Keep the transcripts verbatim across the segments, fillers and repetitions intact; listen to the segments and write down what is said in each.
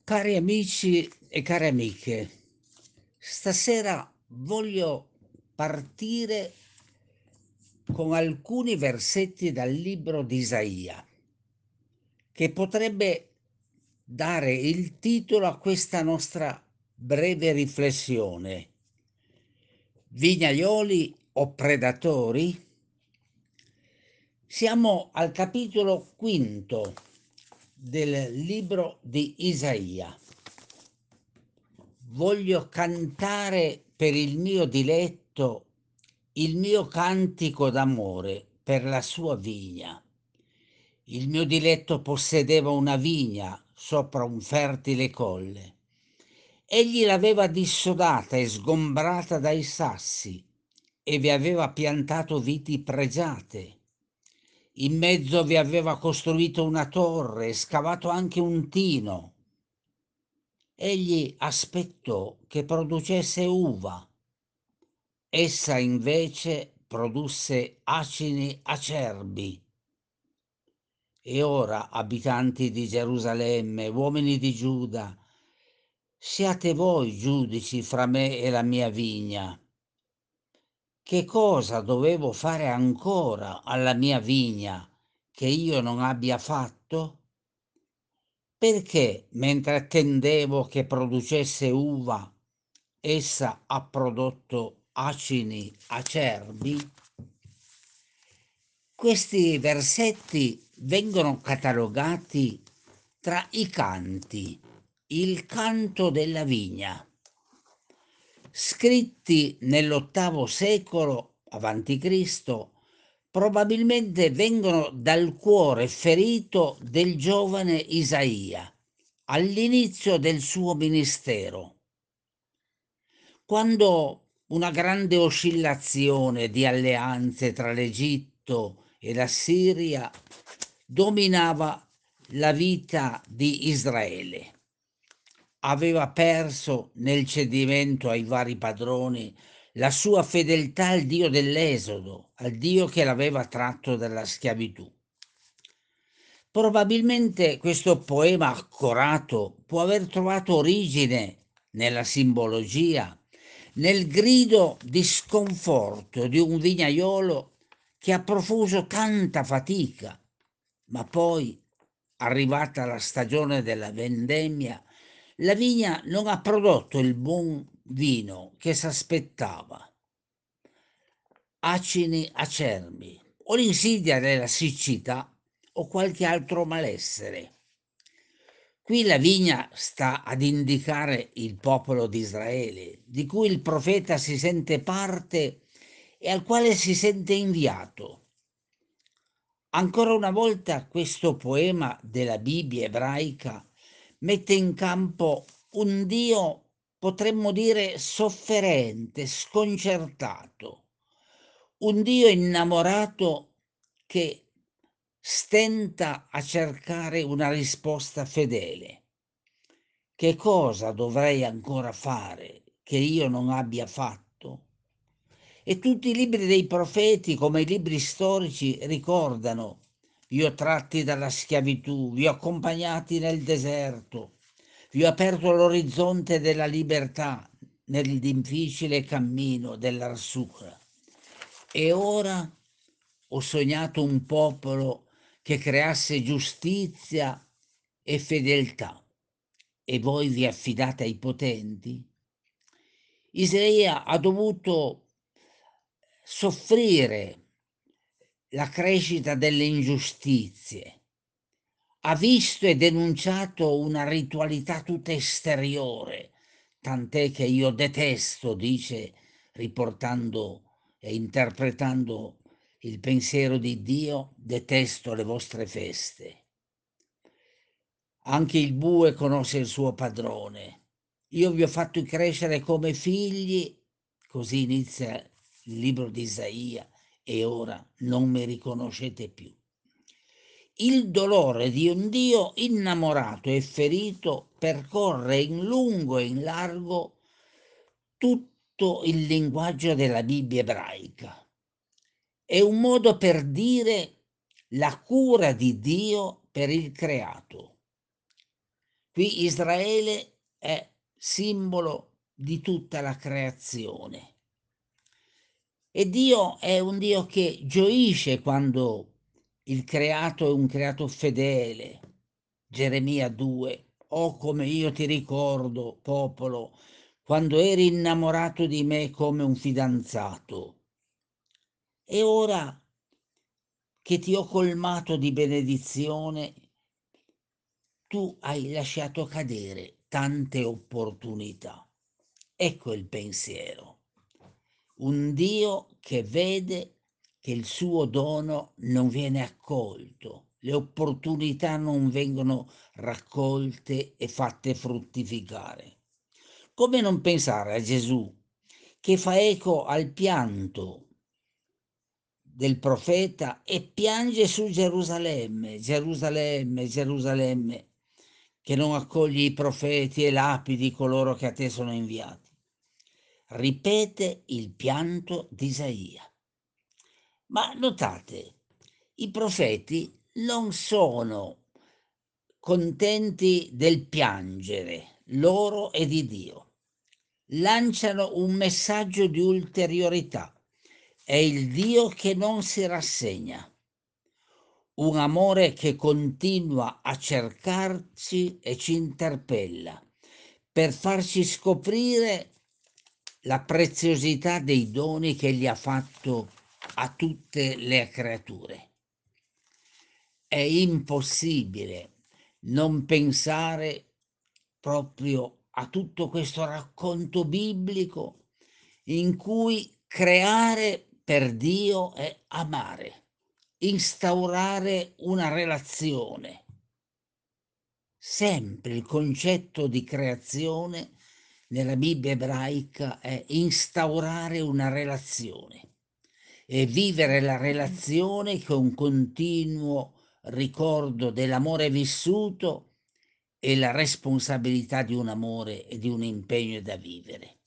Cari amici e care amiche, stasera voglio partire con alcuni versetti dal libro di Isaia, che potrebbe dare il titolo a questa nostra breve riflessione. Vignaioli o predatori? Siamo al capitolo quinto del libro di Isaia. Voglio cantare per il mio diletto il mio cantico d'amore per la sua vigna. Il mio diletto possedeva una vigna sopra un fertile colle. Egli l'aveva dissodata e sgombrata dai sassi e vi aveva piantato viti pregiate. In mezzo vi aveva costruito una torre e scavato anche un tino. Egli aspettò che producesse uva. Essa invece produsse acini acerbi. E ora, abitanti di Gerusalemme, uomini di Giuda, siate voi giudici fra me e la mia vigna. Che cosa dovevo fare ancora alla mia vigna che io non abbia fatto? Perché, mentre attendevo che producesse uva, essa ha prodotto acini acerbi? Questi versetti vengono catalogati tra i canti, il canto della vigna, scritti nell'ottavo secolo avanti Cristo, probabilmente vengono dal cuore ferito del giovane Isaia all'inizio del suo ministero, quando una grande oscillazione di alleanze tra l'Egitto e la Siria dominava la vita di Israele. Aveva perso nel cedimento ai vari padroni la sua fedeltà al Dio dell'Esodo, al Dio che l'aveva tratto dalla schiavitù. Probabilmente questo poema accorato può aver trovato origine nella simbologia, nel grido di sconforto di un vignaiolo che ha profuso tanta fatica, ma poi, arrivata la stagione della vendemmia, la vigna non ha prodotto il buon vino che s'aspettava. Acini acerbi, o l'insidia della siccità o qualche altro malessere. Qui la vigna sta ad indicare il popolo di Israele, di cui il profeta si sente parte e al quale si sente inviato. Ancora una volta questo poema della Bibbia ebraica mette in campo un Dio, potremmo dire, sofferente, sconcertato, un Dio innamorato che stenta a cercare una risposta fedele. Che cosa dovrei ancora fare che io non abbia fatto? E tutti i libri dei profeti, come i libri storici, ricordano: vi ho tratti dalla schiavitù, vi ho accompagnati nel deserto, vi ho aperto l'orizzonte della libertà nel difficile cammino dell'Arsura. E ora ho sognato un popolo che creasse giustizia e fedeltà. E voi vi affidate ai potenti? Isaia ha dovuto soffrire la crescita delle ingiustizie, ha visto e denunciato una ritualità tutta esteriore, tant'è che io detesto, dice, riportando e interpretando il pensiero di Dio, detesto le vostre feste. Anche il bue conosce il suo padrone. Io vi ho fatto crescere come figli, così inizia il libro di Isaia, e ora non mi riconoscete più. Il dolore di un Dio innamorato e ferito percorre in lungo e in largo tutto il linguaggio della Bibbia ebraica. È un modo per dire la cura di Dio per il creato. Qui Israele è simbolo di tutta la creazione. E Dio è un Dio che gioisce quando il creato è un creato fedele. Geremia due: "Oh, come io ti ricordo, popolo, quando eri innamorato di me come un fidanzato. E ora che ti ho colmato di benedizione, tu hai lasciato cadere tante opportunità." Ecco il pensiero. Un Dio che vede che il suo dono non viene accolto, le opportunità non vengono raccolte e fatte fruttificare. Come non pensare a Gesù che fa eco al pianto del profeta e piange su Gerusalemme, Gerusalemme, Gerusalemme, che non accogli i profeti e lapidi coloro che a te sono inviati. Ripete il pianto di Isaia. Ma notate, i profeti non sono contenti del piangere loro e di Dio. Lanciano un messaggio di ulteriorità. È il Dio che non si rassegna, un amore che continua a cercarci e ci interpella per farci scoprire la preziosità dei doni che egli ha fatto a tutte le creature. È impossibile non pensare proprio a tutto questo racconto biblico in cui creare per Dio è amare, instaurare una relazione. Sempre il concetto di creazione nella Bibbia ebraica è instaurare una relazione e vivere la relazione con un continuo ricordo dell'amore vissuto e la responsabilità di un amore e di un impegno da vivere.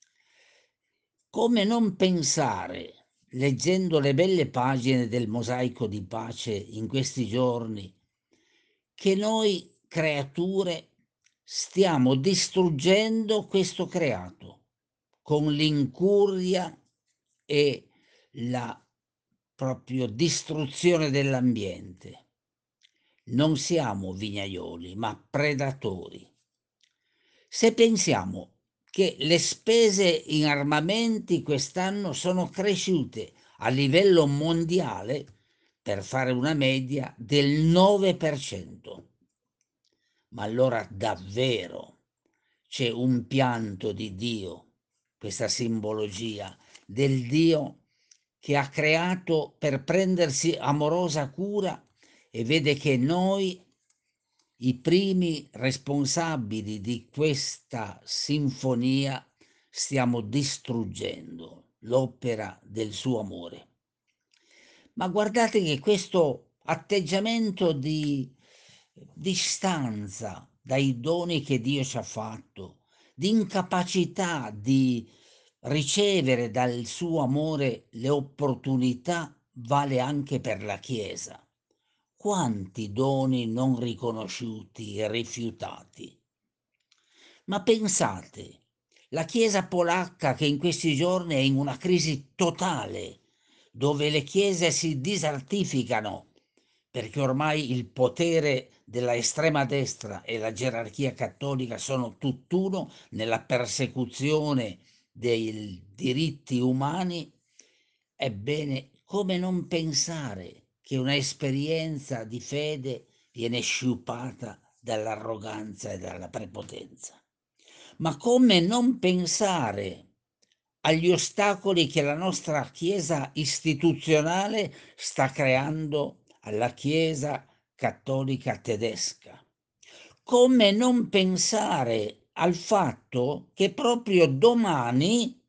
Come non pensare, leggendo le belle pagine del Mosaico di Pace in questi giorni, che noi creature stiamo distruggendo questo creato con l'incuria e la proprio distruzione dell'ambiente. Non siamo vignaioli, ma predatori. Se pensiamo che le spese in armamenti quest'anno sono cresciute a livello mondiale, per fare una media, del nove per cento. Ma allora davvero c'è un pianto di Dio, questa simbologia del Dio che ha creato per prendersi amorosa cura e vede che noi, i primi responsabili di questa sinfonia, stiamo distruggendo l'opera del suo amore. Ma guardate che questo atteggiamento di distanza dai doni che Dio ci ha fatto, di incapacità di ricevere dal suo amore le opportunità, vale anche per la Chiesa. Quanti doni non riconosciuti e rifiutati. Ma pensate, la Chiesa polacca che in questi giorni è in una crisi totale, dove le chiese si disertificano, perché ormai il potere della estrema destra e la gerarchia cattolica sono tutt'uno nella persecuzione dei diritti umani, ebbene, come non pensare che una esperienza di fede viene sciupata dall'arroganza e dalla prepotenza? Ma come non pensare agli ostacoli che la nostra Chiesa istituzionale sta creando alla Chiesa cattolica tedesca? Come non pensare al fatto che proprio domani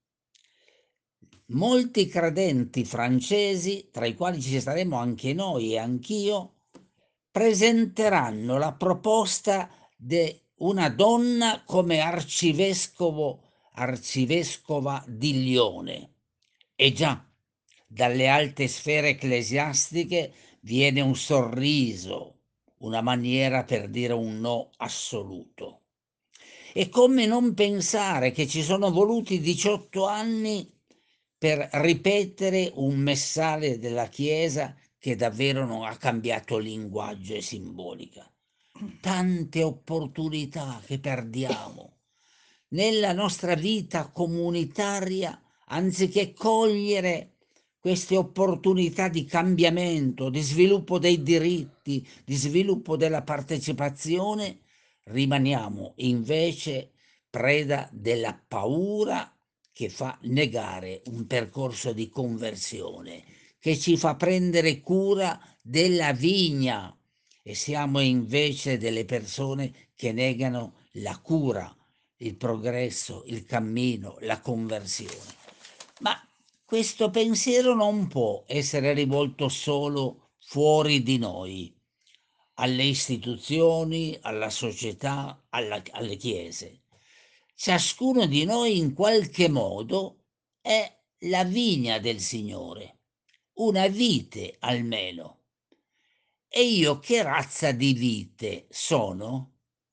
molti credenti francesi, tra i quali ci saremo anche noi e anch'io, presenteranno la proposta di una donna come arcivescovo, arcivescova di Lione. E già, dalle alte sfere ecclesiastiche viene un sorriso, una maniera per dire un no assoluto. E come non pensare che ci sono voluti diciotto anni per ripetere un messale della Chiesa che davvero non ha cambiato linguaggio e simbolica. Tante opportunità che perdiamo nella nostra vita comunitaria, anziché cogliere queste opportunità di cambiamento, di sviluppo dei diritti, di sviluppo della partecipazione, rimaniamo invece preda della paura che fa negare un percorso di conversione, che ci fa prendere cura della vigna e siamo invece delle persone che negano la cura, il progresso, il cammino, la conversione. Ma questo pensiero non può essere rivolto solo fuori di noi, alle istituzioni, alla società, alla- alle chiese. Ciascuno di noi in qualche modo è la vigna del Signore, una vite almeno. E io che razza di vite sono?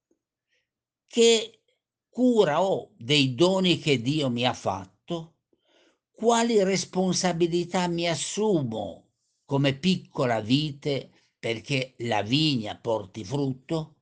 Che cura ho dei doni che Dio mi ha fatto? Quali responsabilità mi assumo come piccola vite perché la vigna porti frutto?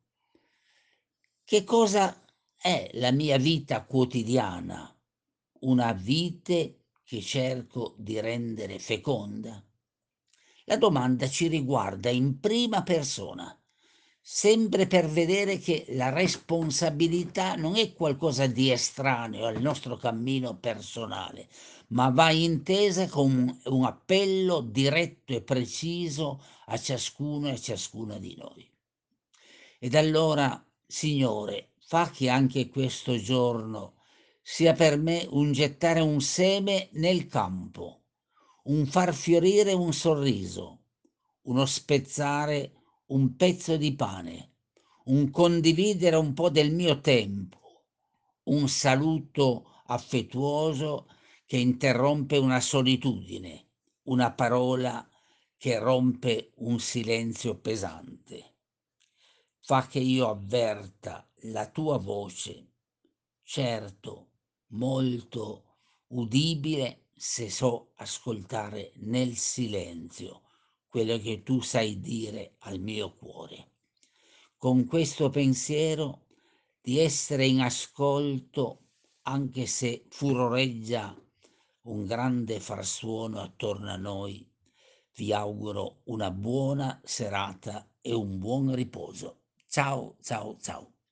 Che cosa è la mia vita quotidiana? Una vite che cerco di rendere feconda? La domanda ci riguarda in prima persona, sempre per vedere che la responsabilità non è qualcosa di estraneo al nostro cammino personale, ma va intesa come un appello diretto e preciso a ciascuno e a ciascuna di noi. Ed allora, Signore, fa che anche questo giorno sia per me un gettare un seme nel campo, un far fiorire un sorriso, uno spezzare un pezzo di pane, un condividere un po' del mio tempo, un saluto affettuoso che interrompe una solitudine, una parola che rompe un silenzio pesante. Fa che io avverta la tua voce, certo, molto udibile se so ascoltare nel silenzio quello che tu sai dire al mio cuore. Con questo pensiero di essere in ascolto, anche se furoreggia un grande frastuono attorno a noi, vi auguro una buona serata e un buon riposo. Ciao, ciao, ciao.